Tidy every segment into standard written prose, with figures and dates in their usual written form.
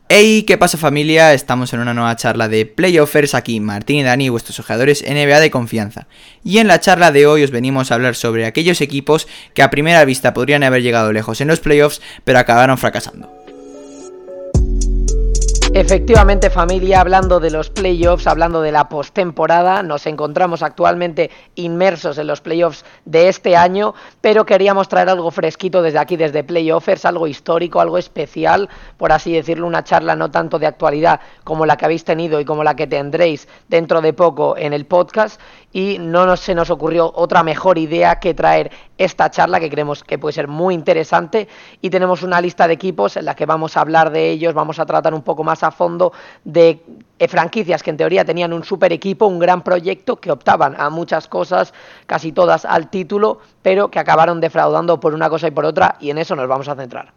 Hey, ¿qué pasa familia? Estamos en una nueva charla de Playoffers, aquí Martín y Dani, vuestros ojeadores NBA de confianza. Y en la charla de hoy os venimos a hablar sobre aquellos equipos que a primera vista podrían haber llegado lejos en los playoffs, pero acabaron fracasando. Efectivamente, familia, hablando de los playoffs, hablando de la postemporada, nos encontramos actualmente inmersos en los playoffs de este año, pero queríamos traer algo fresquito desde aquí, desde Playoffers, algo histórico, algo especial, por así decirlo, una charla no tanto de actualidad como la que habéis tenido y como la que tendréis dentro de poco en el podcast, y se nos ocurrió otra mejor idea que traer esta charla que creemos que puede ser muy interesante, y tenemos una lista de equipos en la que vamos a hablar de ellos, vamos a tratar un poco más a fondo de franquicias que en teoría tenían un super equipo, un gran proyecto, que optaban a muchas cosas, casi todas al título, pero que acabaron defraudando por una cosa y por otra, y en eso nos vamos a centrar.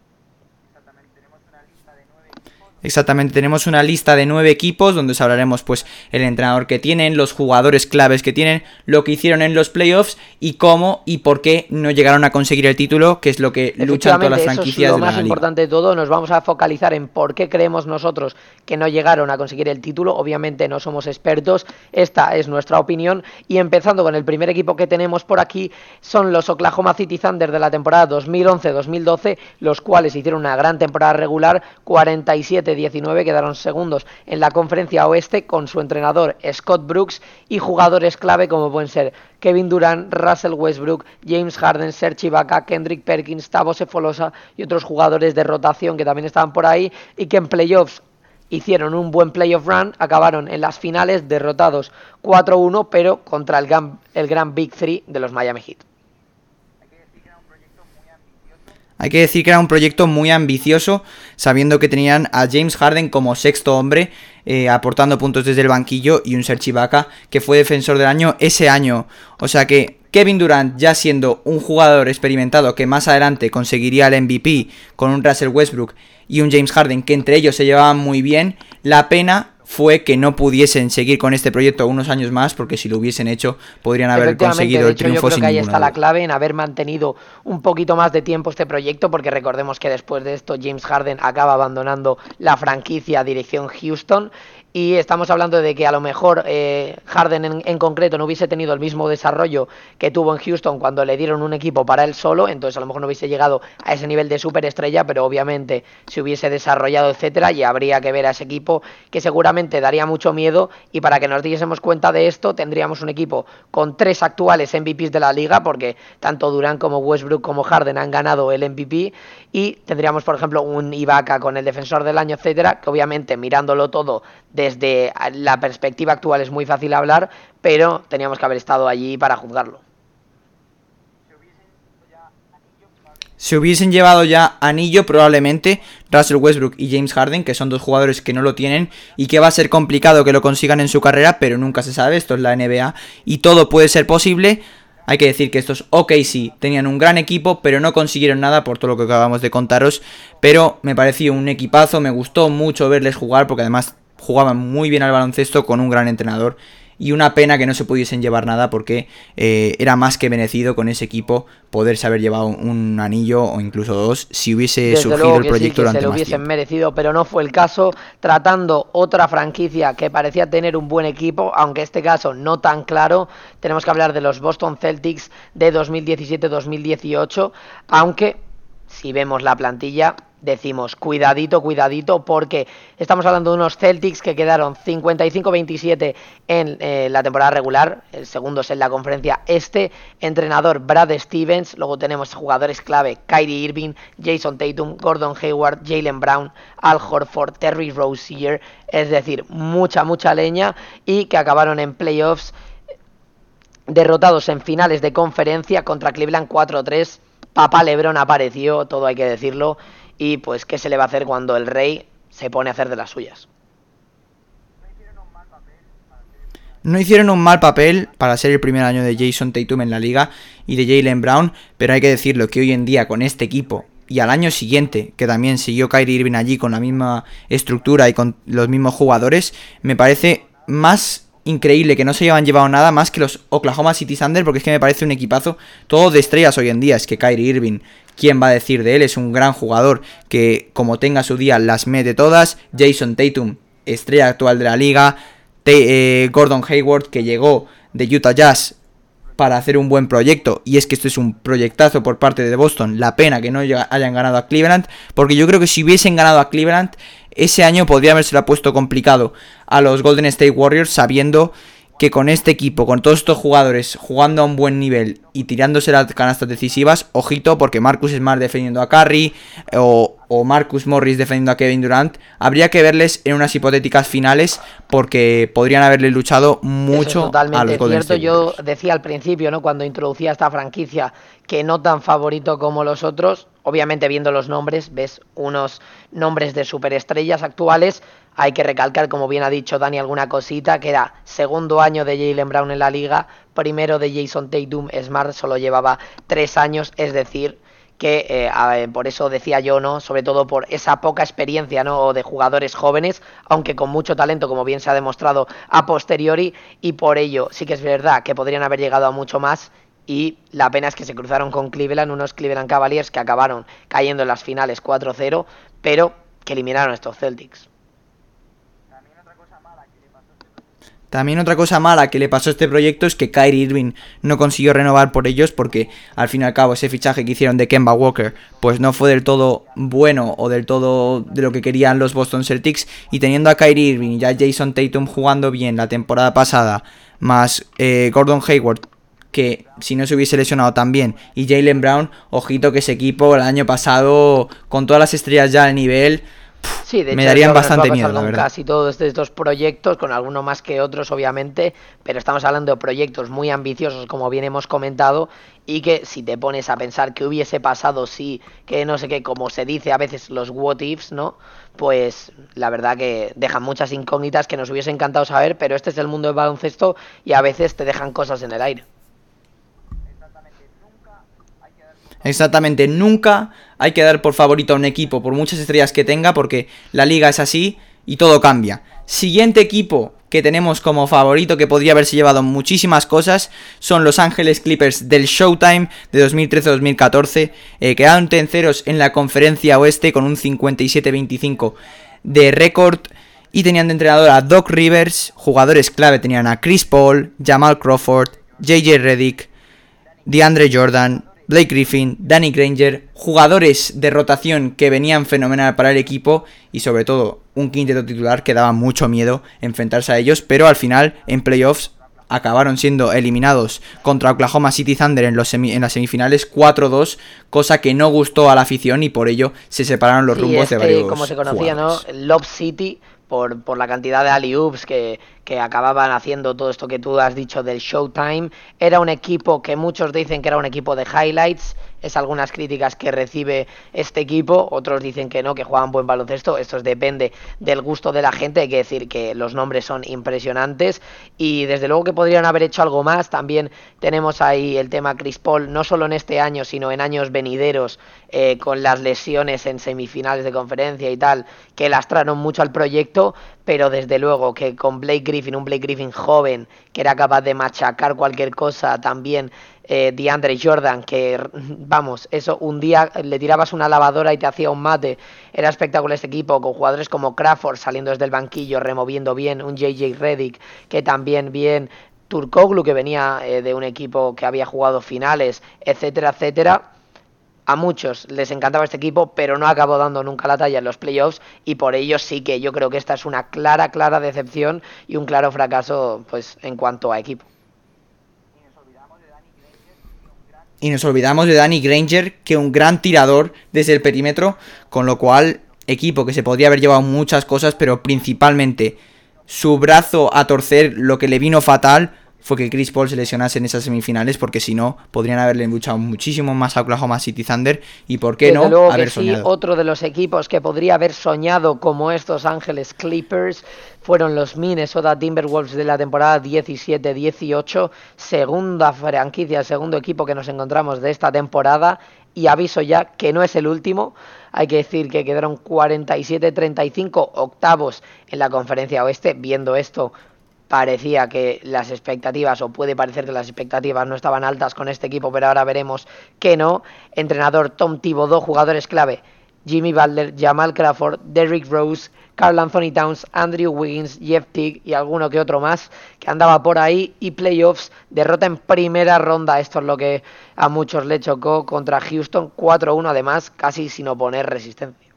Exactamente, tenemos una lista de 9 equipos donde os hablaremos pues el entrenador que tienen, los jugadores claves que tienen, lo que hicieron en los playoffs y cómo y por qué no llegaron a conseguir el título, que es lo que luchan todas las franquicias de la liga. Eso es lo más importante de todo. Nos vamos a focalizar en por qué creemos nosotros que no llegaron a conseguir el título. Obviamente no somos expertos, esta es nuestra opinión, y empezando con el primer equipo que tenemos por aquí, son los Oklahoma City Thunder de la temporada 2011-2012, los cuales hicieron una gran temporada regular, 47-19, quedaron segundos en la conferencia oeste con su entrenador Scott Brooks y jugadores clave como pueden ser Kevin Durant, Russell Westbrook, James Harden, Serge Ibaka, Kendrick Perkins, Thabo Sefolosha y otros jugadores de rotación que también estaban por ahí, y que en playoffs hicieron un buen playoff run, acabaron en las finales derrotados 4-1, pero contra el gran Big Three de los Miami Heat. Hay que decir que era un proyecto muy ambicioso, sabiendo que tenían a James Harden como sexto hombre, aportando puntos desde el banquillo, y un Serge Ibaka que fue defensor del año ese año. O sea que Kevin Durant, ya siendo un jugador experimentado que más adelante conseguiría el MVP con un Russell Westbrook y un James Harden que entre ellos se llevaban muy bien, la pena fue que no pudiesen seguir con este proyecto unos años más, porque si lo hubiesen hecho podrían haber conseguido el triunfo sin ninguna duda. Yo creo que ahí está la clave, en haber mantenido un poquito más de tiempo este proyecto, porque recordemos que después de esto James Harden acaba abandonando la franquicia dirección Houston, y estamos hablando de que a lo mejor Harden en concreto no hubiese tenido el mismo desarrollo que tuvo en Houston cuando le dieron un equipo para él solo, entonces a lo mejor no hubiese llegado a ese nivel de superestrella, pero obviamente se hubiese desarrollado, etcétera, y habría que ver a ese equipo que seguramente daría mucho miedo. Y para que nos diésemos cuenta de esto, tendríamos un equipo con 3 actuales MVPs de la liga, porque tanto Durant como Westbrook como Harden han ganado el MVP, y tendríamos por ejemplo un Ibaka con el defensor del año, etcétera, que obviamente mirándolo todo desde la perspectiva actual es muy fácil hablar, pero teníamos que haber estado allí para juzgarlo. Se hubiesen llevado ya anillo probablemente Russell Westbrook y James Harden, que son dos jugadores que no lo tienen y que va a ser complicado que lo consigan en su carrera, pero nunca se sabe, esto es la NBA y todo puede ser posible. Hay que decir que estos OKC tenían un gran equipo, pero no consiguieron nada por todo lo que acabamos de contaros, pero me pareció un equipazo, me gustó mucho verles jugar porque además jugaban muy bien al baloncesto con un gran entrenador, y una pena que no se pudiesen llevar nada porque era más que merecido con ese equipo poderse haber llevado un anillo o incluso 2 si hubiese surgido el proyecto durante más tiempo. Se lo hubiesen merecido, pero no fue el caso, tratando otra franquicia que parecía tener un buen equipo, aunque este caso no tan claro. Tenemos que hablar de los Boston Celtics de 2017-2018, aunque si vemos la plantilla decimos cuidadito, porque estamos hablando de unos Celtics que quedaron 55-27 en la temporada regular, el segundo es en la conferencia este, entrenador Brad Stevens, luego tenemos jugadores clave, Kyrie Irving, Jason Tatum, Gordon Hayward, Jaylen Brown, Al Horford, Terry Rozier, es decir, mucha leña, y que acabaron en playoffs derrotados en finales de conferencia contra Cleveland 4-3, Papá LeBron apareció, todo hay que decirlo. Y pues qué se le va a hacer cuando el rey se pone a hacer de las suyas. No hicieron un mal papel para ser el primer año de Jason Tatum en la liga y de Jaylen Brown, pero hay que decirlo que hoy en día con este equipo y al año siguiente, que también siguió Kyrie Irving allí con la misma estructura y con los mismos jugadores, me parece más increíble que no se hayan llevado nada más que los Oklahoma City Thunder, porque es que me parece un equipazo todo de estrellas hoy en día. Es que Kyrie Irving, ¿quién va a decir de él? Es un gran jugador que como tenga su día las mete todas. Jason Tatum, estrella actual de la liga. Gordon Hayward, que llegó de Utah Jazz para hacer un buen proyecto, y es que esto es un proyectazo por parte de Boston. La pena que no hayan ganado a Cleveland, porque yo creo que si hubiesen ganado a Cleveland ese año podría haberse puesto complicado a los Golden State Warriors, sabiendo que con este equipo, con todos estos jugadores jugando a un buen nivel y tirándose las canastas decisivas, ojito, porque Marcus Smart defendiendo a Curry o Marcus Morris defendiendo a Kevin Durant, habría que verles en unas hipotéticas finales, porque podrían haberle luchado mucho a los Golden State Warriors. Yo decía al principio, ¿no?, cuando introducía esta franquicia, que no tan favorito como los otros. Obviamente, viendo los nombres, ves unos nombres de superestrellas actuales. Hay que recalcar, como bien ha dicho Dani, alguna cosita, que era segundo año de Jaylen Brown en la liga, primero de Jason Tatum. Smart solo llevaba 3 años, es decir, que por eso decía yo, ¿no?, sobre todo por esa poca experiencia, ¿no?, de jugadores jóvenes, aunque con mucho talento, como bien se ha demostrado a posteriori, y por ello sí que es verdad que podrían haber llegado a mucho más. Y la pena es que se cruzaron con Cleveland, unos Cleveland Cavaliers que acabaron cayendo en las finales 4-0, pero que eliminaron a estos Celtics. También otra cosa mala que le pasó a este proyecto es que Kyrie Irving no consiguió renovar por ellos, porque al fin y al cabo ese fichaje que hicieron de Kemba Walker pues no fue del todo bueno o del todo de lo que querían los Boston Celtics, y teniendo a Kyrie Irving y a Jason Tatum jugando bien la temporada pasada, más Gordon Hayward, que si no se hubiese lesionado también, y Jaylen Brown, ojito que ese equipo el año pasado, con todas las estrellas ya al nivel, sí, de hecho, me darían bastante miedo, la verdad. Casi todos estos proyectos, con algunos más que otros obviamente, pero estamos hablando de proyectos muy ambiciosos, como bien hemos comentado, y que si te pones a pensar que hubiese pasado, sí, que no sé qué, como se dice a veces los what ifs, ¿no?, pues la verdad que dejan muchas incógnitas que nos hubiese encantado saber, pero este es el mundo del baloncesto y a veces te dejan cosas en el aire. Exactamente, nunca hay que dar por favorito a un equipo, por muchas estrellas que tenga, porque la liga es así y todo cambia. Siguiente equipo que tenemos como favorito, que podría haberse llevado muchísimas cosas, son Los Ángeles Clippers del Showtime de 2013-2014. Quedaron terceros en la conferencia oeste con un 57-25 de récord, y tenían de entrenador a Doc Rivers. Jugadores clave tenían a Chris Paul, Jamal Crawford, JJ Redick, DeAndre Jordan, Blake Griffin, Danny Granger, jugadores de rotación que venían fenomenal para el equipo, y sobre todo un quinteto titular que daba mucho miedo enfrentarse a ellos, pero al final en playoffs acabaron siendo eliminados contra Oklahoma City Thunder en las semifinales 4-2, cosa que no gustó a la afición, y por ello se separaron los rumbos de varios como se conocía, jugadores, ¿no?, Lob City, por la cantidad de alley-oops que acababan haciendo todo esto que tú has dicho del Showtime. Era un equipo que muchos dicen que era un equipo de highlights, es algunas críticas que recibe este equipo, otros dicen que no, que juegan buen baloncesto. Esto depende del gusto de la gente. Hay que decir que los nombres son impresionantes y desde luego que podrían haber hecho algo más. También tenemos ahí el tema Chris Paul, no solo en este año sino en años venideros, con las lesiones en semifinales de conferencia y tal, que lastraron mucho al proyecto, pero desde luego que con Blake Griffin, un Blake Griffin joven que era capaz de machacar cualquier cosa, también DeAndre Jordan, que vamos, eso, un día le tirabas una lavadora y te hacía un mate. Era espectacular este equipo, con jugadores como Crawford saliendo desde el banquillo, removiendo bien, un JJ Redick que también bien, Turkoglu, que venía de un equipo que había jugado finales, etcétera, etcétera. A muchos les encantaba este equipo, pero no acabó dando nunca la talla en los playoffs, y por ello sí que yo creo que esta es una clara decepción y un claro fracaso, pues, en cuanto a equipo. Y nos olvidamos de Danny Granger, que un gran tirador desde el perímetro, con lo cual, equipo que se podría haber llevado muchas cosas, pero principalmente su brazo a torcer, lo que le vino fatal fue que Chris Paul se lesionase en esas semifinales, porque si no, podrían haberle luchado muchísimo más a Oklahoma City Thunder, y por qué desde no luego haber que soñado. Sí, otro de los equipos que podría haber soñado como estos Ángeles Clippers fueron los Minnesota Timberwolves de la temporada 17-18, segunda franquicia, segundo equipo que nos encontramos de esta temporada, y aviso ya que no es el último. Hay que decir que quedaron 47-35, octavos en la conferencia oeste. Viendo esto, parecía que las expectativas, o puede parecer que las expectativas no estaban altas con este equipo, pero ahora veremos que no. Entrenador Tom Thibodeau, jugadores clave: Jimmy Butler, Jamal Crawford, Derrick Rose, Karl Anthony Towns, Andrew Wiggins, Jeff Teague y alguno que otro más que andaba por ahí. Y playoffs, derrota en primera ronda, esto es lo que a muchos le chocó, contra Houston, 4-1, además casi sin oponer resistencia.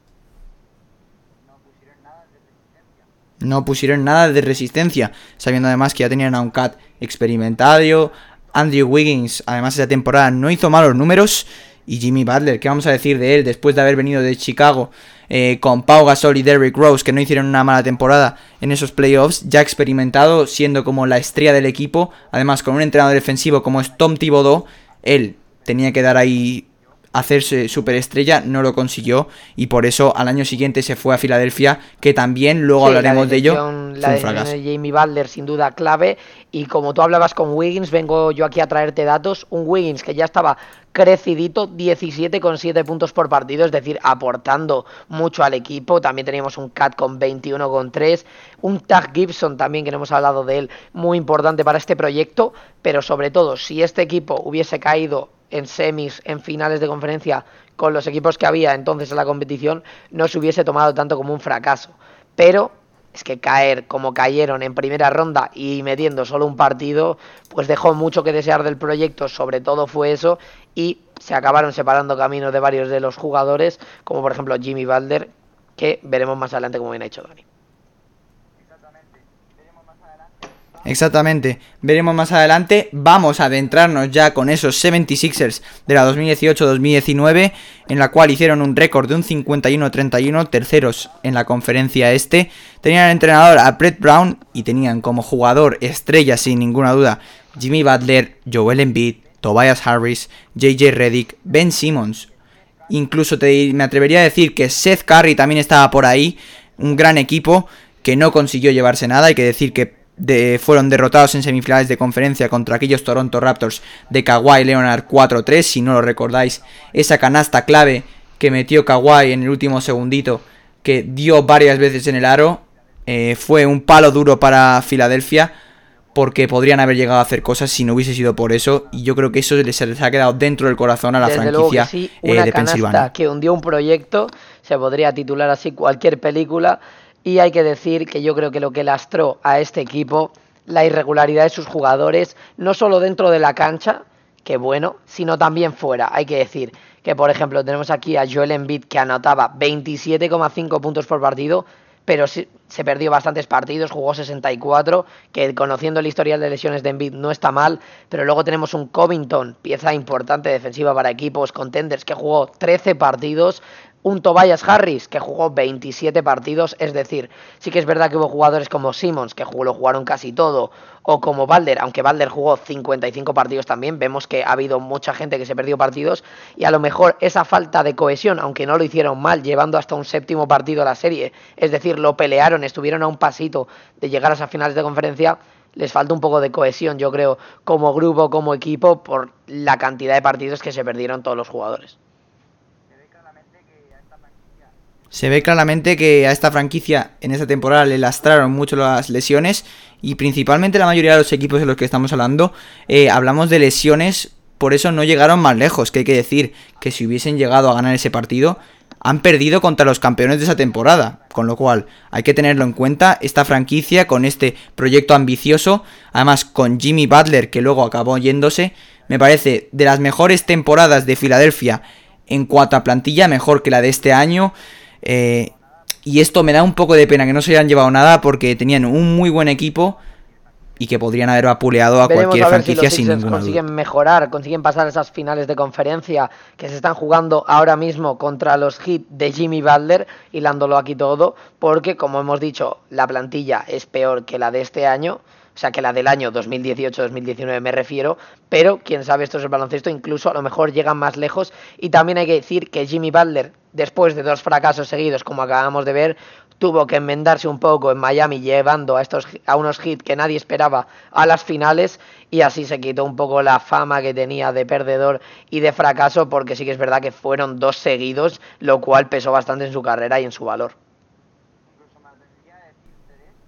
No pusieron nada de resistencia, sabiendo además que ya tenían a un Cat experimentado. Andrew Wiggins, además esa temporada no hizo malos números. Y Jimmy Butler, ¿qué vamos a decir de él después de haber venido de Chicago con Pau Gasol y Derrick Rose, que no hicieron una mala temporada en esos playoffs? Ya experimentado, siendo como la estrella del equipo, además con un entrenador defensivo como es Tom Thibodeau. Él tenía que dar ahí, hacerse superestrella, no lo consiguió, y por eso al año siguiente se fue a Filadelfia, que también luego hablaremos de ello. La decisión de Jamie Butler sin duda clave. Y como tú hablabas con Wiggins, vengo yo aquí a traerte datos. Un Wiggins que ya estaba crecidito, 17,7 puntos por partido, es decir, aportando mucho al equipo. También teníamos un Cat con 21,3, un Tag Gibson también, que no hemos hablado de él, muy importante para este proyecto. Pero sobre todo, si este equipo hubiese caído en semis, en finales de conferencia, con los equipos que había entonces en la competición, no se hubiese tomado tanto como un fracaso. Pero es que caer como cayeron en primera ronda y metiendo solo un partido, pues dejó mucho que desear del proyecto. Sobre todo fue eso, y se acabaron separando caminos de varios de los jugadores, como por ejemplo Jimmy Butler, que veremos más adelante, como bien ha dicho Dani. Exactamente, veremos más adelante. Vamos a adentrarnos ya con esos 76ers de la 2018-2019, en la cual hicieron un récord de un 51-31, terceros en la conferencia este. Tenían al entrenador a Brett Brown y tenían como jugador estrella sin ninguna duda Jimmy Butler, Joel Embiid, Tobias Harris, JJ Redick, Ben Simmons. Incluso me atrevería a decir que Seth Curry también estaba por ahí. Un gran equipo que no consiguió llevarse nada. Hay que decir que fueron derrotados en semifinales de conferencia contra aquellos Toronto Raptors de Kawhi Leonard 4-3, si no lo recordáis. Esa canasta clave que metió Kawhi en el último segundito, que dio varias veces en el aro, fue un palo duro para Filadelfia, porque podrían haber llegado a hacer cosas si no hubiese sido por eso. Y yo creo que eso se les ha quedado dentro del corazón a la Desde franquicia sí, una de Pensilvania. Canasta que hundió un proyecto, se podría titular así cualquier película. Y hay que decir que yo creo que lo que lastró a este equipo, la irregularidad de sus jugadores, no solo dentro de la cancha, que bueno, sino también fuera. Hay que decir que, por ejemplo, tenemos aquí a Joel Embiid, que anotaba 27,5 puntos por partido, pero se perdió bastantes partidos, jugó 64, que conociendo el historial de lesiones de Embiid no está mal. Pero luego tenemos un Covington, pieza importante defensiva para equipos contenders, que jugó 13 partidos, un Tobias Harris que jugó 27 partidos, es decir, sí que es verdad que hubo jugadores como Simmons que lo jugaron casi todo, o como Butler, aunque Butler jugó 55 partidos también. Vemos que ha habido mucha gente que se perdió partidos, y a lo mejor esa falta de cohesión, aunque no lo hicieron mal, llevando hasta un séptimo partido a la serie, es decir, lo pelearon, estuvieron a un pasito de llegar a esas finales de conferencia, les falta un poco de cohesión, yo creo, como grupo, como equipo, por la cantidad de partidos que se perdieron todos los jugadores. Se ve claramente que a esta franquicia en esta temporada le lastraron mucho las lesiones, y principalmente la mayoría de los equipos de los que estamos hablando, hablamos de lesiones, por eso no llegaron más lejos. Que hay que decir que si hubiesen llegado a ganar ese partido, han perdido contra los campeones de esa temporada, con lo cual hay que tenerlo en cuenta. Esta franquicia con este proyecto ambicioso, además con Jimmy Butler, que luego acabó yéndose, me parece de las mejores temporadas de Filadelfia en cuanto a plantilla, mejor que la de este año. Y esto me da un poco de pena que no se hayan llevado nada, porque tenían un muy buen equipo y que podrían haber vapuleado a cualquier franquicia sin ninguna duda. Consiguen mejorar, consiguen pasar esas finales de conferencia que se están jugando ahora mismo contra los Heat de Jimmy Butler, hilándolo aquí todo, porque como hemos dicho, la plantilla es peor que la de este año. O sea, que la del año 2018-2019 me refiero, pero quién sabe, esto es el baloncesto, incluso a lo mejor llegan más lejos. Y también hay que decir que Jimmy Butler, después de 2 fracasos seguidos, como acabamos de ver, tuvo que enmendarse un poco en Miami, llevando a unos Heat que nadie esperaba a las finales, y así se quitó un poco la fama que tenía de perdedor y de fracaso, porque sí que es verdad que fueron 2 seguidos, lo cual pesó bastante en su carrera y en su valor.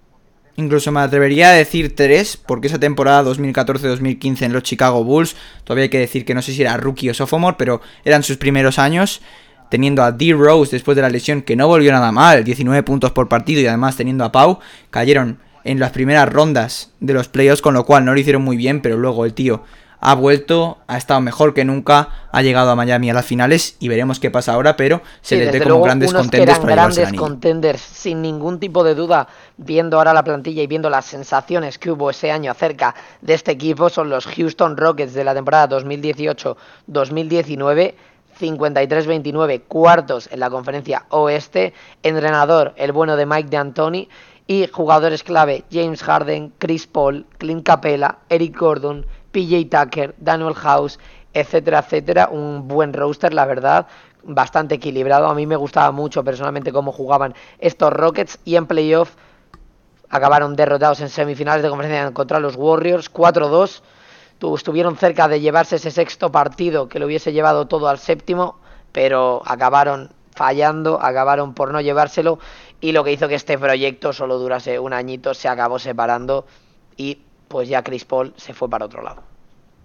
Incluso me atrevería a decir 3, porque esa temporada 2014-2015 en los Chicago Bulls, todavía hay que decir que no sé si era rookie o sophomore, pero eran sus primeros años, teniendo a D. Rose después de la lesión, que no volvió nada mal, 19 puntos por partido, y además teniendo a Pau, cayeron en las primeras rondas de los playoffs, con lo cual no lo hicieron muy bien, pero luego el tío ha vuelto, ha estado mejor que nunca, ha llegado a Miami a las finales y veremos qué pasa ahora, pero se les ve como grandes contenders para llevarse el anillo. Contenders, sin ningún tipo de duda, viendo ahora la plantilla y viendo las sensaciones que hubo ese año acerca de este equipo, son los Houston Rockets de la temporada 2018-2019, 53-29, cuartos en la conferencia oeste, entrenador el bueno de Mike D'Antoni, y jugadores clave James Harden, Chris Paul, Clint Capela, Eric Gordon, PJ Tucker, Daniel House, etcétera, etcétera. Un buen roster, la verdad, bastante equilibrado. A mí me gustaba mucho personalmente cómo jugaban estos Rockets, y en playoff acabaron derrotados en semifinales de conferencia contra los Warriors 4-2. Estuvieron cerca de llevarse ese sexto partido que lo hubiese llevado todo al séptimo, pero acabaron fallando, acabaron por no llevárselo, y lo que hizo que este proyecto solo durase un añito, se acabó separando y pues ya Chris Paul se fue para otro lado.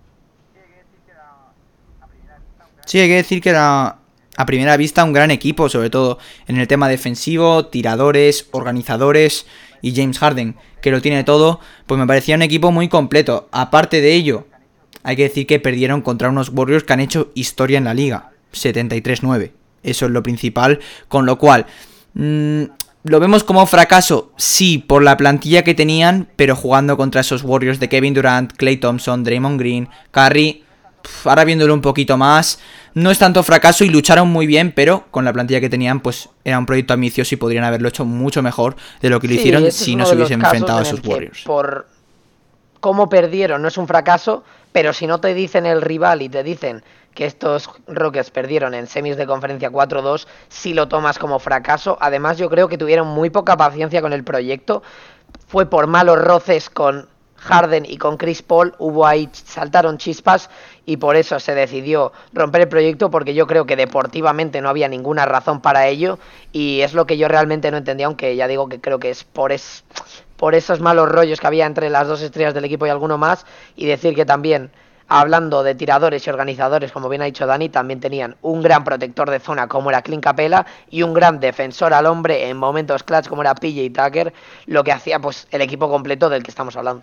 Sí, hay que decir que era a primera vista un gran equipo, sobre todo en el tema defensivo, tiradores, organizadores, y James Harden, que lo tiene todo, pues me parecía un equipo muy completo. Aparte de ello, hay que decir que perdieron contra unos Warriors que han hecho historia en la liga, 73-9. Eso es lo principal, con lo cual lo vemos como fracaso, sí, por la plantilla que tenían, pero jugando contra esos Warriors de Kevin Durant, Klay Thompson, Draymond Green, Curry, ahora viéndolo un poquito más, no es tanto fracaso y lucharon muy bien, pero con la plantilla que tenían, pues era un proyecto ambicioso y podrían haberlo hecho mucho mejor de lo que lo hicieron si no se hubiesen enfrentado a esos Warriors. Por cómo perdieron no es un fracaso, pero si no te dicen el rival y te dicen que estos Rockets perdieron en semis de conferencia 4-2, sí lo tomas como fracaso. Además, yo creo que tuvieron muy poca paciencia con el proyecto. Fue por malos roces con Harden y con Chris Paul, saltaron chispas, y por eso se decidió romper el proyecto, porque yo creo que deportivamente no había ninguna razón para ello, y es lo que yo realmente no entendía, aunque ya digo que creo que es por esos malos rollos que había entre las dos estrellas del equipo y alguno más. Y decir que también, hablando de tiradores y organizadores, como bien ha dicho Dani, también tenían un gran protector de zona como era Clint Capela y un gran defensor al hombre en momentos clutch como era PJ Tucker, lo que hacía pues el equipo completo del que estamos hablando.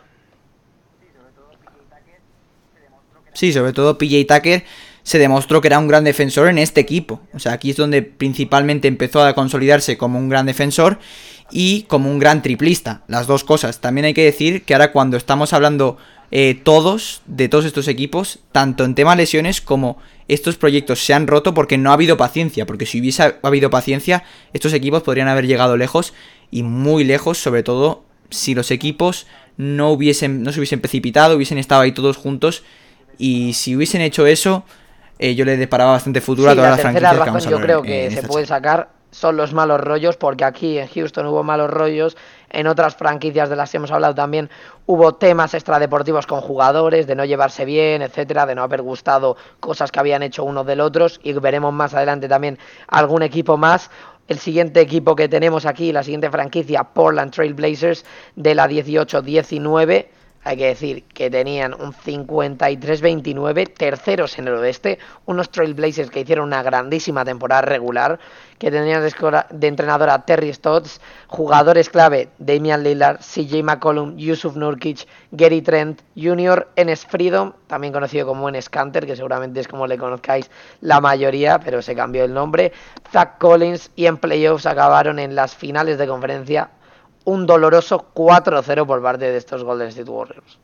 Sí, sobre todo PJ Tucker se demostró que era un gran defensor en este equipo. O sea, aquí es donde principalmente empezó a consolidarse como un gran defensor y como un gran triplista. Las dos cosas. También hay que decir que ahora, cuando estamos hablando de todos estos equipos, tanto en tema lesiones como estos proyectos se han roto porque no ha habido paciencia. Porque si hubiese habido paciencia, estos equipos podrían haber llegado lejos, y muy lejos, sobre todo si los equipos no se hubiesen precipitado, hubiesen estado ahí todos juntos. Y si hubiesen hecho eso, yo le deparaba bastante futuro a todas las franquicias que vamos a ver. Yo creo que se puede sacar son los malos rollos, porque aquí en Houston hubo malos rollos, en otras franquicias de las que hemos hablado también hubo temas extradeportivos con jugadores, de no llevarse bien, etcétera, de no haber gustado cosas que habían hecho unos del otros, y veremos más adelante también algún equipo más. El siguiente equipo que tenemos aquí, la siguiente franquicia, Portland Trail Blazers, de la 18-19, hay que decir que tenían un 53-29, terceros en el oeste, unos Trail Blazers que hicieron una grandísima temporada regular, que tenían de entrenador a Terry Stotts, jugadores clave Damian Lillard, CJ McCollum, Yusuf Nurkic, Gary Trent Jr., Enes Freedom, también conocido como Enes Kanter, que seguramente es como le conozcáis la mayoría, pero se cambió el nombre, Zach Collins, y en playoffs acabaron en las finales de conferencia un doloroso 4-0 por parte de estos Golden State Warriors.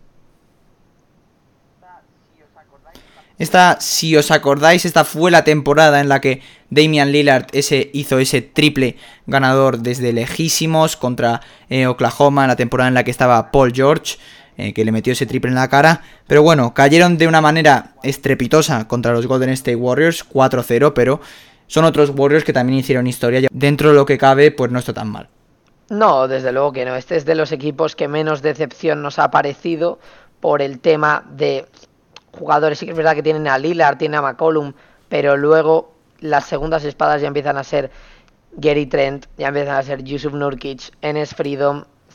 Si os acordáis, esta fue la temporada en la que Damian Lillard hizo ese triple ganador desde lejísimos contra Oklahoma, en la temporada en la que estaba Paul George, que le metió ese triple en la cara. Pero bueno, cayeron de una manera estrepitosa contra los Golden State Warriors, 4-0, pero son otros Warriors que también hicieron historia. Dentro de lo que cabe, pues no está tan mal. No, desde luego que no. Este es de los equipos que menos decepción nos ha parecido por el tema de jugadores. Sí que es verdad que tienen a Lillard, tienen a McCollum, pero luego las segundas espadas ya empiezan a ser Gary Trent, ya empiezan a ser Yusuf Nurkic, Enes Freedom,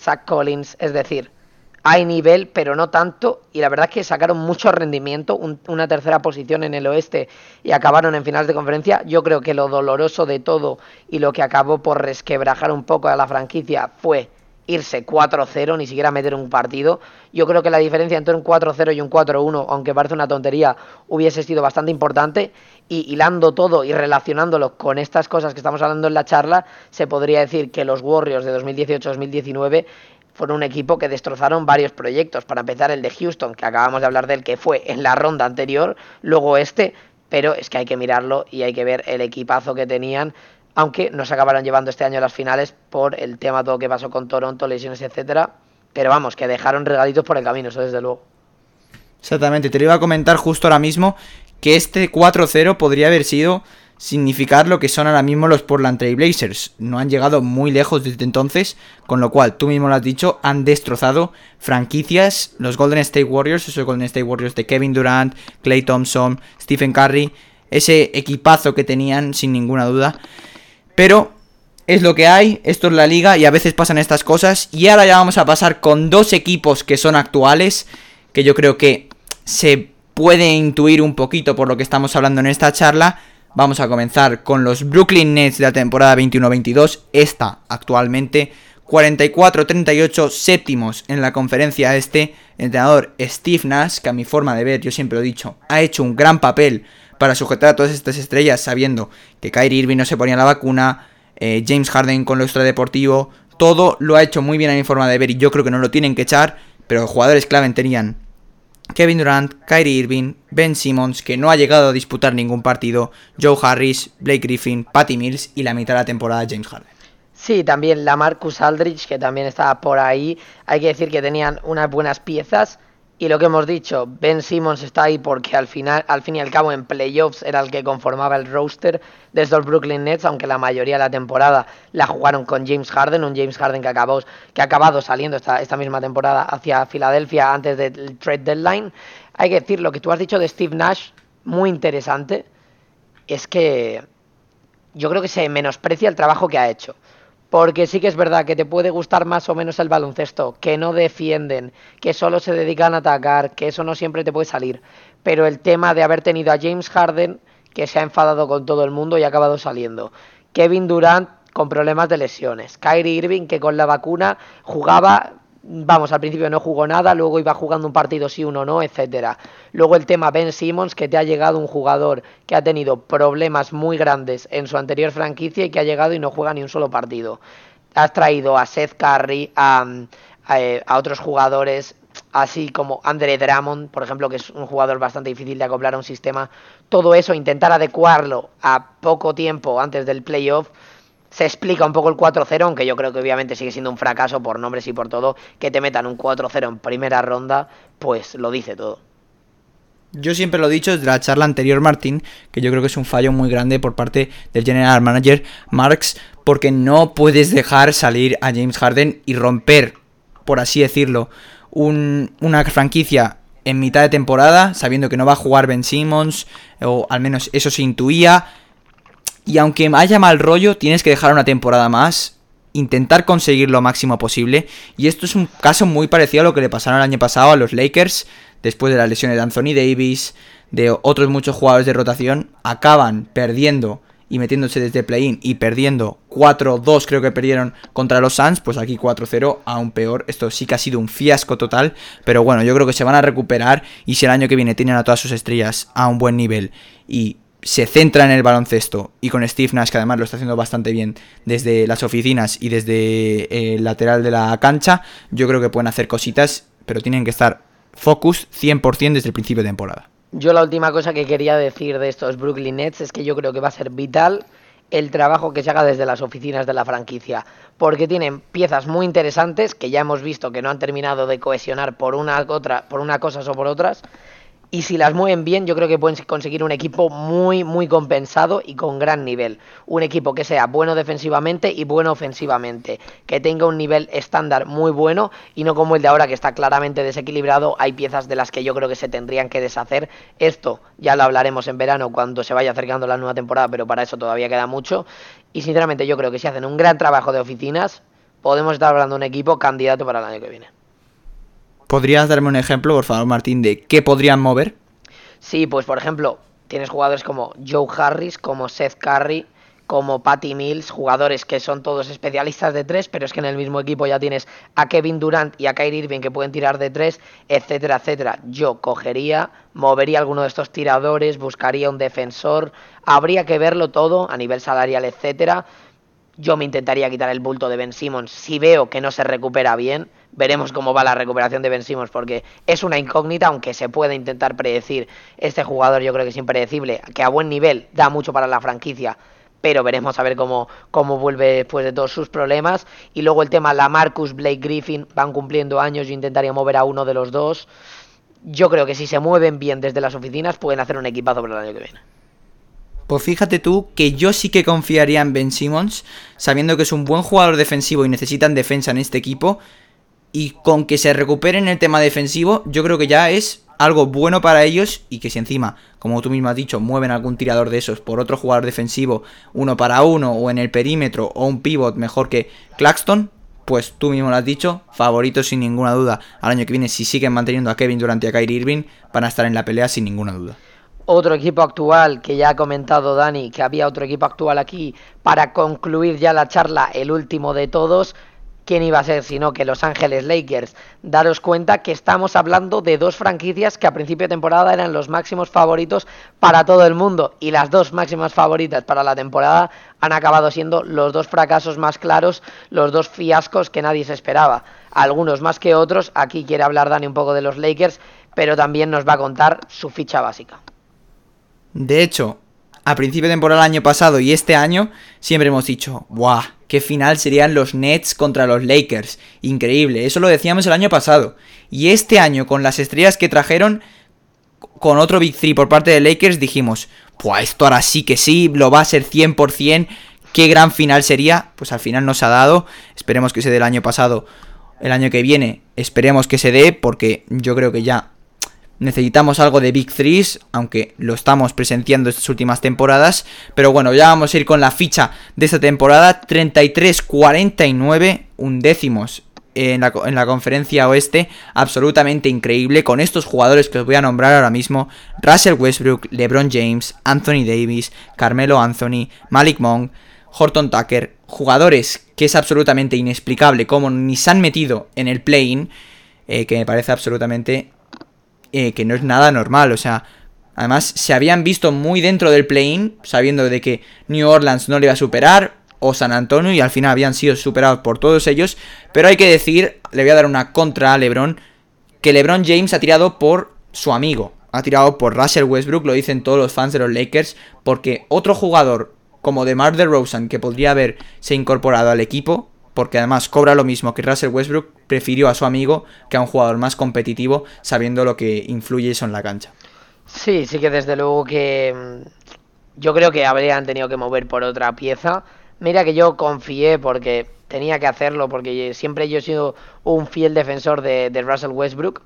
Zach Collins, es decir, hay nivel, pero no tanto, y la verdad es que sacaron mucho rendimiento, una tercera posición en el oeste y acabaron en finales de conferencia. Yo creo que lo doloroso de todo y lo que acabó por resquebrajar un poco a la franquicia fue irse 4-0, ni siquiera meter un partido. Yo creo que la diferencia entre un 4-0 y un 4-1, aunque parece una tontería, hubiese sido bastante importante, y hilando todo y relacionándolo con estas cosas que estamos hablando en la charla, se podría decir que los Warriors de 2018-2019 fueron un equipo que destrozaron varios proyectos. Para empezar, el de Houston, que acabamos de hablar de él, que fue en la ronda anterior, luego pero es que hay que mirarlo y hay que ver el equipazo que tenían, aunque no se acabaron llevando este año a las finales por el tema todo que pasó con Toronto, lesiones, etcétera, pero vamos, que dejaron regalitos por el camino, eso desde luego. Exactamente, te lo iba a comentar justo ahora mismo, que este 4-0 podría haber sido significar lo que son ahora mismo los Portland Trail Blazers. No han llegado muy lejos desde entonces, con lo cual, tú mismo lo has dicho, han destrozado franquicias. Los Golden State Warriors, esos Golden State Warriors de Kevin Durant, Klay Thompson, Stephen Curry, ese equipazo que tenían sin ninguna duda. Pero es lo que hay, esto es la liga y a veces pasan estas cosas. Y ahora ya vamos a pasar con dos equipos que son actuales, que yo creo que se puede intuir un poquito por lo que estamos hablando en esta charla. Vamos a comenzar con los Brooklyn Nets de la temporada 21-22. Esta actualmente 44-38, séptimos en la conferencia este. El entrenador Steve Nash, que a mi forma de ver, yo siempre lo he dicho, ha hecho un gran papel para sujetar a todas estas estrellas, sabiendo que Kyrie Irving no se ponía la vacuna, James Harden con lo extradeportivo, todo lo ha hecho muy bien a mi forma de ver y yo creo que no lo tienen que echar, pero los jugadores clave tenían Kevin Durant, Kyrie Irving, Ben Simmons, que no ha llegado a disputar ningún partido, Joe Harris, Blake Griffin, Patty Mills y la mitad de la temporada James Harden. Sí, también LaMarcus Aldridge, que también estaba por ahí. Hay que decir que tenían unas buenas piezas. Y lo que hemos dicho, Ben Simmons está ahí porque al fin y al cabo en playoffs era el que conformaba el roster de estos Brooklyn Nets, aunque la mayoría de la temporada la jugaron con James Harden, un James Harden que ha acabado saliendo esta misma temporada hacia Filadelfia antes del trade deadline. Hay que decir, lo que tú has dicho de Steve Nash, muy interesante, es que yo creo que se menosprecia el trabajo que ha hecho. Porque sí que es verdad que te puede gustar más o menos el baloncesto, que no defienden, que solo se dedican a atacar, que eso no siempre te puede salir. Pero el tema de haber tenido a James Harden, que se ha enfadado con todo el mundo y ha acabado saliendo. Kevin Durant con problemas de lesiones. Kyrie Irving, que con la vacuna jugaba, vamos, al principio no jugó nada, luego iba jugando un partido sí, uno no, etcétera. Luego el tema Ben Simmons, que te ha llegado un jugador que ha tenido problemas muy grandes en su anterior franquicia y que ha llegado y no juega ni un solo partido. Has traído a Seth Curry, a otros jugadores, así como Andre Drummond, por ejemplo, que es un jugador bastante difícil de acoplar a un sistema. Todo eso, intentar adecuarlo a poco tiempo antes del playoff. Se explica un poco el 4-0, aunque yo creo que obviamente sigue siendo un fracaso por nombres y por todo. Que te metan un 4-0 en primera ronda, pues lo dice todo. Yo siempre lo he dicho desde la charla anterior, Martín, que yo creo que es un fallo muy grande por parte del general manager Marks, porque no puedes dejar salir a James Harden y romper, por así decirlo, una franquicia en mitad de temporada, sabiendo que no va a jugar Ben Simmons, o al menos eso se intuía. Y aunque haya mal rollo, tienes que dejar una temporada más, intentar conseguir lo máximo posible. Y esto es un caso muy parecido a lo que le pasaron el año pasado a los Lakers, después de las lesiones de Anthony Davis, de otros muchos jugadores de rotación. Acaban perdiendo y metiéndose desde play-in y perdiendo 4-2, creo que perdieron contra los Suns. Pues aquí 4-0, aún peor. Esto sí que ha sido un fiasco total, pero bueno, yo creo que se van a recuperar. Y si el año que viene tienen a todas sus estrellas a un buen nivel y se centra en el baloncesto, y con Steve Nash, que además lo está haciendo bastante bien desde las oficinas y desde el lateral de la cancha, yo creo que pueden hacer cositas, pero tienen que estar focus 100% desde el principio de temporada. Yo la última cosa que quería decir de estos Brooklyn Nets es que yo creo que va a ser vital el trabajo que se haga desde las oficinas de la franquicia, porque tienen piezas muy interesantes que ya hemos visto que no han terminado de cohesionar por unas cosas o por otras. Y si las mueven bien, yo creo que pueden conseguir un equipo muy, muy compensado y con gran nivel. Un equipo que sea bueno defensivamente y bueno ofensivamente. Que tenga un nivel estándar muy bueno y no como el de ahora, que está claramente desequilibrado. Hay piezas de las que yo creo que se tendrían que deshacer. Esto ya lo hablaremos en verano cuando se vaya acercando la nueva temporada, pero para eso todavía queda mucho. Y sinceramente yo creo que si hacen un gran trabajo de oficinas, podemos estar hablando de un equipo candidato para el año que viene. ¿Podrías darme un ejemplo, por favor, Martín, de qué podrían mover? Sí, pues por ejemplo, tienes jugadores como Joe Harris, como Seth Curry, como Patty Mills, jugadores que son todos especialistas de tres, pero es que en el mismo equipo ya tienes a Kevin Durant y a Kyrie Irving que pueden tirar de tres, etcétera, etcétera. Yo cogería, movería alguno de estos tiradores, buscaría un defensor, habría que verlo todo a nivel salarial, etcétera. Yo me intentaría quitar el bulto de Ben Simmons si veo que no se recupera bien. Veremos cómo va la recuperación de Ben Simmons porque es una incógnita, aunque se puede intentar predecir. Este jugador yo creo que es impredecible, que a buen nivel da mucho para la franquicia, pero veremos a ver cómo vuelve después de todos sus problemas. Y luego el tema LaMarcus, Blake Griffin, van cumpliendo años, yo intentaría mover a uno de los dos. Yo creo que si se mueven bien desde las oficinas pueden hacer un equipazo para el año que viene. Pues fíjate tú que yo sí que confiaría en Ben Simmons, sabiendo que es un buen jugador defensivo y necesitan defensa en este equipo, y con que se recupere en el tema defensivo, yo creo que ya es algo bueno para ellos, y que si encima, como tú mismo has dicho, mueven algún tirador de esos por otro jugador defensivo, uno para uno, o en el perímetro, o un pivot mejor que Claxton, pues tú mismo lo has dicho, favoritos sin ninguna duda. Al año que viene, si siguen manteniendo a Kevin Durant y a Kyrie Irving, van a estar en la pelea sin ninguna duda. Otro equipo actual que ya ha comentado Dani, que había otro equipo actual aquí, para concluir ya la charla, el último de todos, ¿quién iba a ser sino que Los Ángeles Lakers? Daros cuenta que estamos hablando de dos franquicias que a principio de temporada eran los máximos favoritos para todo el mundo, y las dos máximas favoritas para la temporada han acabado siendo los dos fracasos más claros, los dos fiascos que nadie se esperaba. Algunos más que otros. Aquí quiere hablar Dani un poco de los Lakers, pero también nos va a contar su ficha básica. De hecho, a principio de temporada del año pasado y este año, siempre hemos dicho, ¡buah! ¡Qué final serían los Nets contra los Lakers! Increíble, eso lo decíamos el año pasado. Y este año, con las estrellas que trajeron, con otro Big 3 por parte de Lakers, dijimos, ¡buah! Esto ahora sí que sí, lo va a ser 100%. ¡Qué gran final sería! Pues al final no se ha dado. Esperemos que se dé el año pasado. El año que viene, esperemos que se dé, porque yo creo que ya necesitamos algo de Big 3, aunque lo estamos presenciando estas últimas temporadas. Pero bueno, ya vamos a ir con la ficha de esta temporada. 33-49, undécimos en la conferencia oeste. Absolutamente increíble, con estos jugadores que os voy a nombrar ahora mismo: Russell Westbrook, LeBron James, Anthony Davis, Carmelo Anthony, Malik Monk, Horton Tucker. Jugadores que es absolutamente inexplicable cómo ni se han metido en el play-in, que me parece absolutamente que no es nada normal. O sea, además se habían visto muy dentro del play-in, sabiendo de que New Orleans no le iba a superar, o San Antonio, y al final habían sido superados por todos ellos. Pero hay que decir, le voy a dar una contra a LeBron, que LeBron James ha tirado por su amigo, ha tirado por Russell Westbrook, lo dicen todos los fans de los Lakers, porque otro jugador como DeMar DeRozan, que podría haberse incorporado al equipo, porque además cobra lo mismo que Russell Westbrook, prefirió a su amigo que a un jugador más competitivo, sabiendo lo que influye eso en la cancha. Sí, sí que desde luego que yo creo que habrían tenido que mover por otra pieza. Mira que yo confié porque tenía que hacerlo, porque siempre yo he sido un fiel defensor de Russell Westbrook.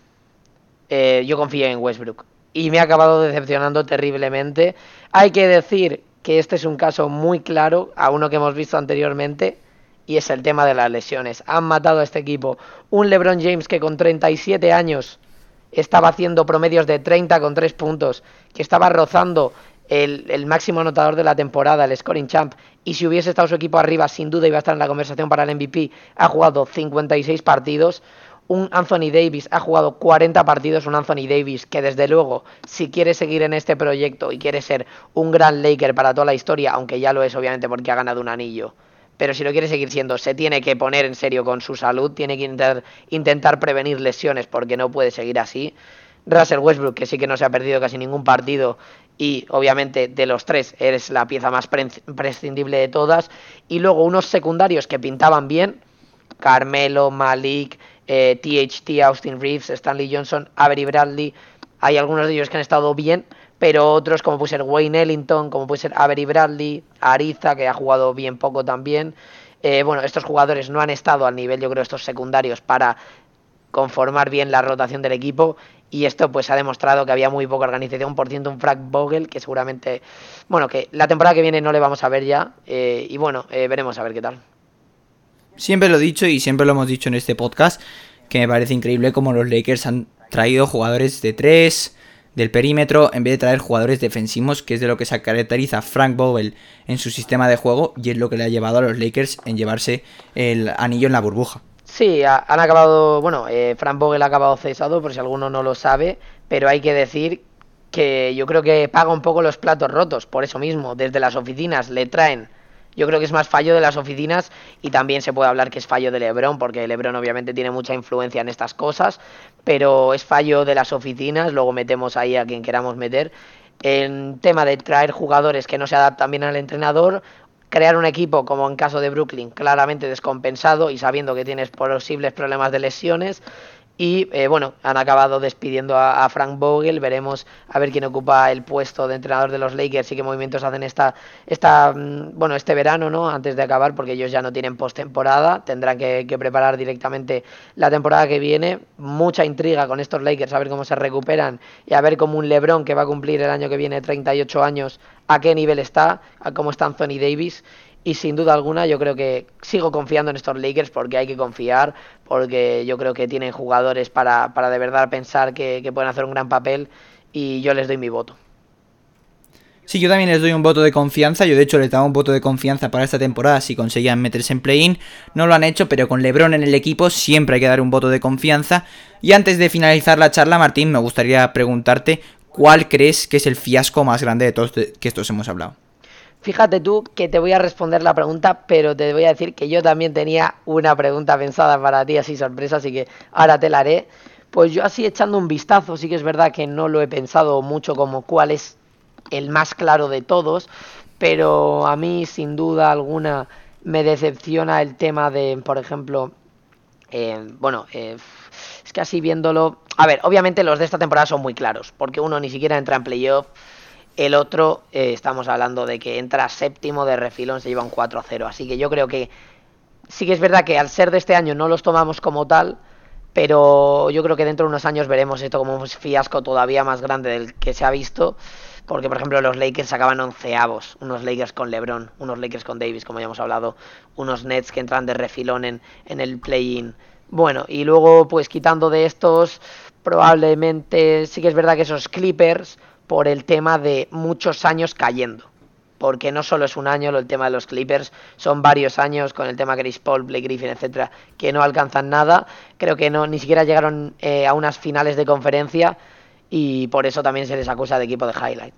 Yo confié en Westbrook y me ha acabado decepcionando terriblemente. Hay que decir que este es un caso muy claro a uno que hemos visto anteriormente, y es el tema de las lesiones. Han matado a este equipo. Un LeBron James que con 37 años estaba haciendo promedios de 30 con 3 puntos, que estaba rozando el máximo anotador de la temporada, el scoring champ, y si hubiese estado su equipo arriba, sin duda iba a estar en la conversación para el MVP. Ha jugado 56 partidos. Un Anthony Davis ha jugado 40 partidos, un Anthony Davis que desde luego, si quiere seguir en este proyecto y quiere ser un gran Laker para toda la historia, aunque ya lo es obviamente porque ha ganado un anillo, pero si lo quiere seguir siendo, se tiene que poner en serio con su salud, tiene que intentar prevenir lesiones porque no puede seguir así. Russell Westbrook, que sí que no se ha perdido casi ningún partido, y obviamente de los tres eres la pieza más prescindible de todas. Y luego unos secundarios que pintaban bien: Carmelo, Malik, THT, Austin Reeves, Stanley Johnson, Avery Bradley. Hay algunos de ellos que han estado bien, pero otros, como puede ser Wayne Ellington, como puede ser Avery Bradley, Ariza, que ha jugado bien poco también. Bueno, estos jugadores no han estado al nivel, yo creo, estos secundarios, para conformar bien la rotación del equipo, y esto pues ha demostrado que había muy poca organización. Por cierto, un Frank Vogel que seguramente, bueno, que la temporada que viene no le vamos a ver ya, y bueno, veremos a ver qué tal. Siempre lo he dicho y siempre lo hemos dicho en este podcast, que me parece increíble cómo los Lakers han traído jugadores de 3, del perímetro, en vez de traer jugadores defensivos, que es de lo que se caracteriza Frank Vogel en su sistema de juego, y es lo que le ha llevado a los Lakers en llevarse el anillo en la burbuja. Sí, han acabado, bueno, Frank Vogel ha acabado cesado, por si alguno no lo sabe, pero hay que decir que yo creo que paga un poco los platos rotos, por eso mismo, desde las oficinas le traen. Yo creo que es más fallo de las oficinas y también se puede hablar que es fallo de LeBron, porque LeBron obviamente tiene mucha influencia en estas cosas, pero es fallo de las oficinas, luego metemos ahí a quien queramos meter. En tema de traer jugadores que no se adaptan bien al entrenador, crear un equipo como en caso de Brooklyn claramente descompensado y sabiendo que tienes posibles problemas de lesiones. Y bueno, han acabado despidiendo a Frank Vogel. Veremos a ver quién ocupa el puesto de entrenador de los Lakers y qué movimientos hacen este verano, ¿no? Antes de acabar, porque ellos ya no tienen postemporada. Tendrán que preparar directamente la temporada que viene. Mucha intriga con estos Lakers, a ver cómo se recuperan y a ver cómo un LeBron, que va a cumplir el año que viene 38 años, a qué nivel está, a cómo está Anthony Davis. Y sin duda alguna yo creo que sigo confiando en estos Lakers, porque hay que confiar, porque yo creo que tienen jugadores para de verdad pensar que pueden hacer un gran papel, y yo les doy mi voto. Sí, yo también les doy un voto de confianza. Yo de hecho les daba un voto de confianza para esta temporada si conseguían meterse en play-in. No lo han hecho, pero con LeBron en el equipo siempre hay que dar un voto de confianza. Y antes de finalizar la charla, Martín, me gustaría preguntarte ¿cuál crees que es el fiasco más grande de todos que estos hemos hablado? Fíjate tú que te voy a responder la pregunta, pero te voy a decir que yo también tenía una pregunta pensada para ti, así sorpresa, así que ahora te la haré. Pues yo así echando un vistazo, sí que es verdad que no lo he pensado mucho como cuál es el más claro de todos, pero a mí sin duda alguna me decepciona el tema de, por ejemplo, es que así viéndolo... A ver, obviamente los de esta temporada son muy claros, porque uno ni siquiera entra en playoff. El otro, estamos hablando de que entra séptimo de refilón, se lleva un 4-0. Así que yo creo que sí que es verdad que al ser de este año no los tomamos como tal, pero yo creo que dentro de unos años veremos esto como un fiasco todavía más grande del que se ha visto. Porque, por ejemplo, los Lakers acaban onceavos. Unos Lakers con LeBron, unos Lakers con Davis, como ya hemos hablado. Unos Nets que entran de refilón en el play-in. Bueno, y luego, pues quitando de estos, probablemente sí que es verdad que esos Clippers, por el tema de muchos años cayendo, porque no solo es un año el tema de los Clippers, son varios años con el tema Chris Paul, Blake Griffin, etcétera, que no alcanzan nada. Creo que no ni siquiera llegaron a unas finales de conferencia, y por eso también se les acusa de equipo de highlight.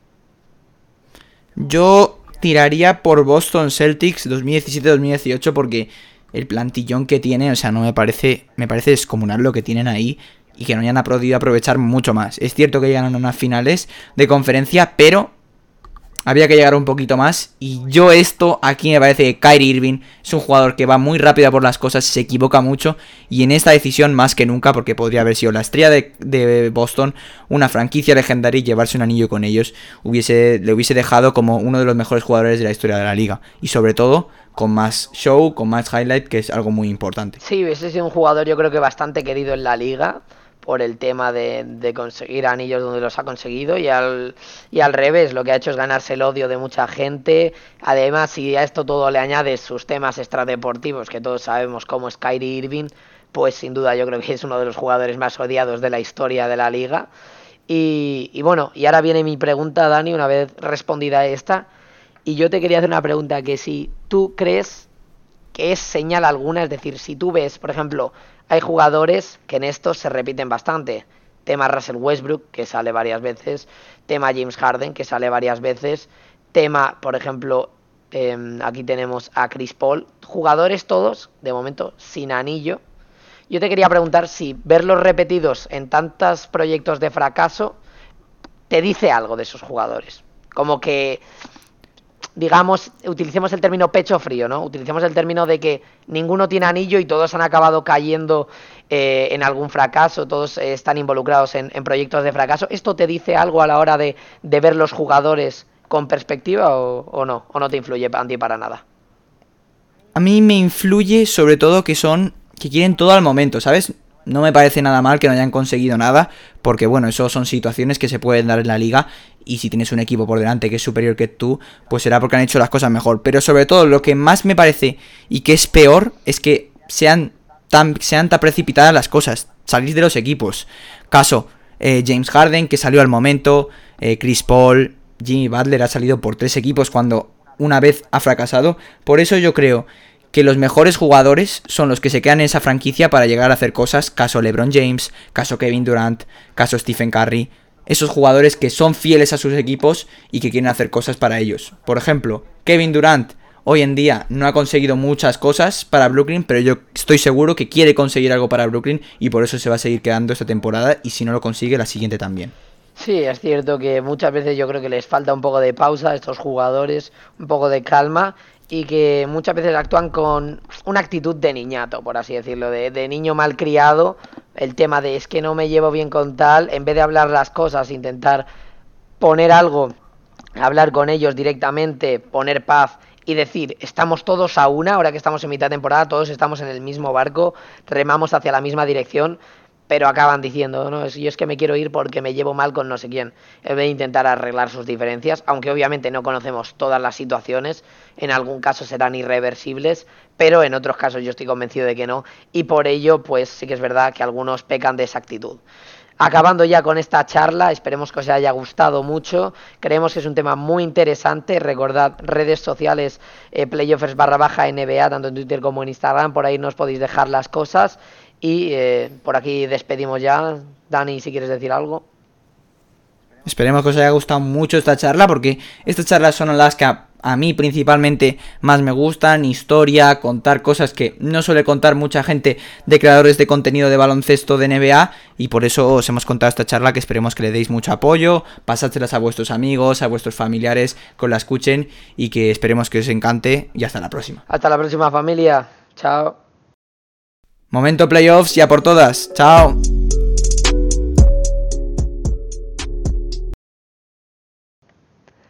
Yo tiraría por Boston Celtics 2017-2018 porque el plantillón que tiene, o sea, no me parece descomunal lo que tienen ahí. Y que no hayan podido aprovechar mucho más. Es cierto que llegaron a unas finales de conferencia, pero había que llegar un poquito más. Y yo aquí me parece que Kyrie Irving es un jugador que va muy rápido por las cosas, se equivoca mucho. Y en esta decisión más que nunca, porque podría haber sido la estrella de Boston, una franquicia legendaria, y llevarse un anillo con ellos le hubiese dejado como uno de los mejores jugadores de la historia de la liga. Y sobre todo con más show, con más highlight, que es algo muy importante. Sí, hubiese sido un jugador yo creo que bastante querido en la liga, por el tema de conseguir anillos donde los ha conseguido, y al revés, lo que ha hecho es ganarse el odio de mucha gente. Además, si a esto todo le añades sus temas extradeportivos, que todos sabemos cómo es Kyrie Irving, pues sin duda yo creo que es uno de los jugadores más odiados de la historia de la liga. Y bueno, y ahora viene mi pregunta, Dani, una vez respondida esta, y yo te quería hacer una pregunta, que si tú crees que es señal alguna, es decir, si tú ves, por ejemplo, hay jugadores que en estos se repiten bastante. Tema Russell Westbrook, que sale varias veces. Tema James Harden, que sale varias veces. Tema, por ejemplo, aquí tenemos a Chris Paul. Jugadores todos, de momento, sin anillo. Yo te quería preguntar si verlos repetidos en tantos proyectos de fracaso te dice algo de esos jugadores. Como que, digamos, utilicemos el término pecho frío, ¿no? Utilicemos el término de que ninguno tiene anillo y todos han acabado cayendo en algún fracaso, todos están involucrados en proyectos de fracaso. ¿Esto te dice algo a la hora de ver los jugadores con perspectiva o no? ¿O no te influye a ti para nada? A mí me influye sobre todo que quieren todo al momento, ¿sabes? No me parece nada mal que no hayan conseguido nada, porque bueno, eso son situaciones que se pueden dar en la liga, y si tienes un equipo por delante que es superior que tú, pues será porque han hecho las cosas mejor. Pero sobre todo lo que más me parece y que es peor es que sean tan precipitadas las cosas. Salís de los equipos. Caso James Harden, que salió al momento. Chris Paul, Jimmy Butler ha salido por 3 equipos cuando una vez ha fracasado. Por eso yo creo que los mejores jugadores son los que se quedan en esa franquicia para llegar a hacer cosas. Caso LeBron James, caso Kevin Durant, caso Stephen Curry. Esos jugadores que son fieles a sus equipos y que quieren hacer cosas para ellos. Por ejemplo, Kevin Durant hoy en día no ha conseguido muchas cosas para Brooklyn, pero yo estoy seguro que quiere conseguir algo para Brooklyn y por eso se va a seguir quedando esta temporada y si no lo consigue, la siguiente también. Sí, es cierto que muchas veces yo creo que les falta un poco de pausa a estos jugadores, un poco de calma y que muchas veces actúan con una actitud de niñato, por así decirlo, de niño malcriado. El tema de es que no me llevo bien con tal, en vez de hablar las cosas, intentar poner algo, hablar con ellos directamente, poner paz y decir, estamos todos a una, ahora que estamos en mitad de temporada, todos estamos en el mismo barco, remamos hacia la misma dirección, pero acaban diciendo, no, yo es que me quiero ir porque me llevo mal con no sé quién, en vez de intentar arreglar sus diferencias, aunque obviamente no conocemos todas las situaciones, en algún caso serán irreversibles, pero en otros casos yo estoy convencido de que no, y por ello pues sí que es verdad que algunos pecan de esa actitud. Acabando ya con esta charla, esperemos que os haya gustado mucho, creemos que es un tema muy interesante, recordad redes sociales playoffers_NBA, tanto en Twitter como en Instagram, por ahí nos podéis dejar las cosas y por aquí despedimos ya. Dani, si quieres decir algo. Esperemos que os haya gustado mucho esta charla porque estas charlas son las que a mí principalmente más me gustan. Historia, contar cosas que no suele contar mucha gente de creadores de contenido de baloncesto de NBA y por eso os hemos contado esta charla que esperemos que le deis mucho apoyo, pasádselas a vuestros amigos, a vuestros familiares, que la escuchen y que esperemos que os encante y hasta la próxima. Hasta la próxima familia, chao. Momento playoffs, ya por todas, chao.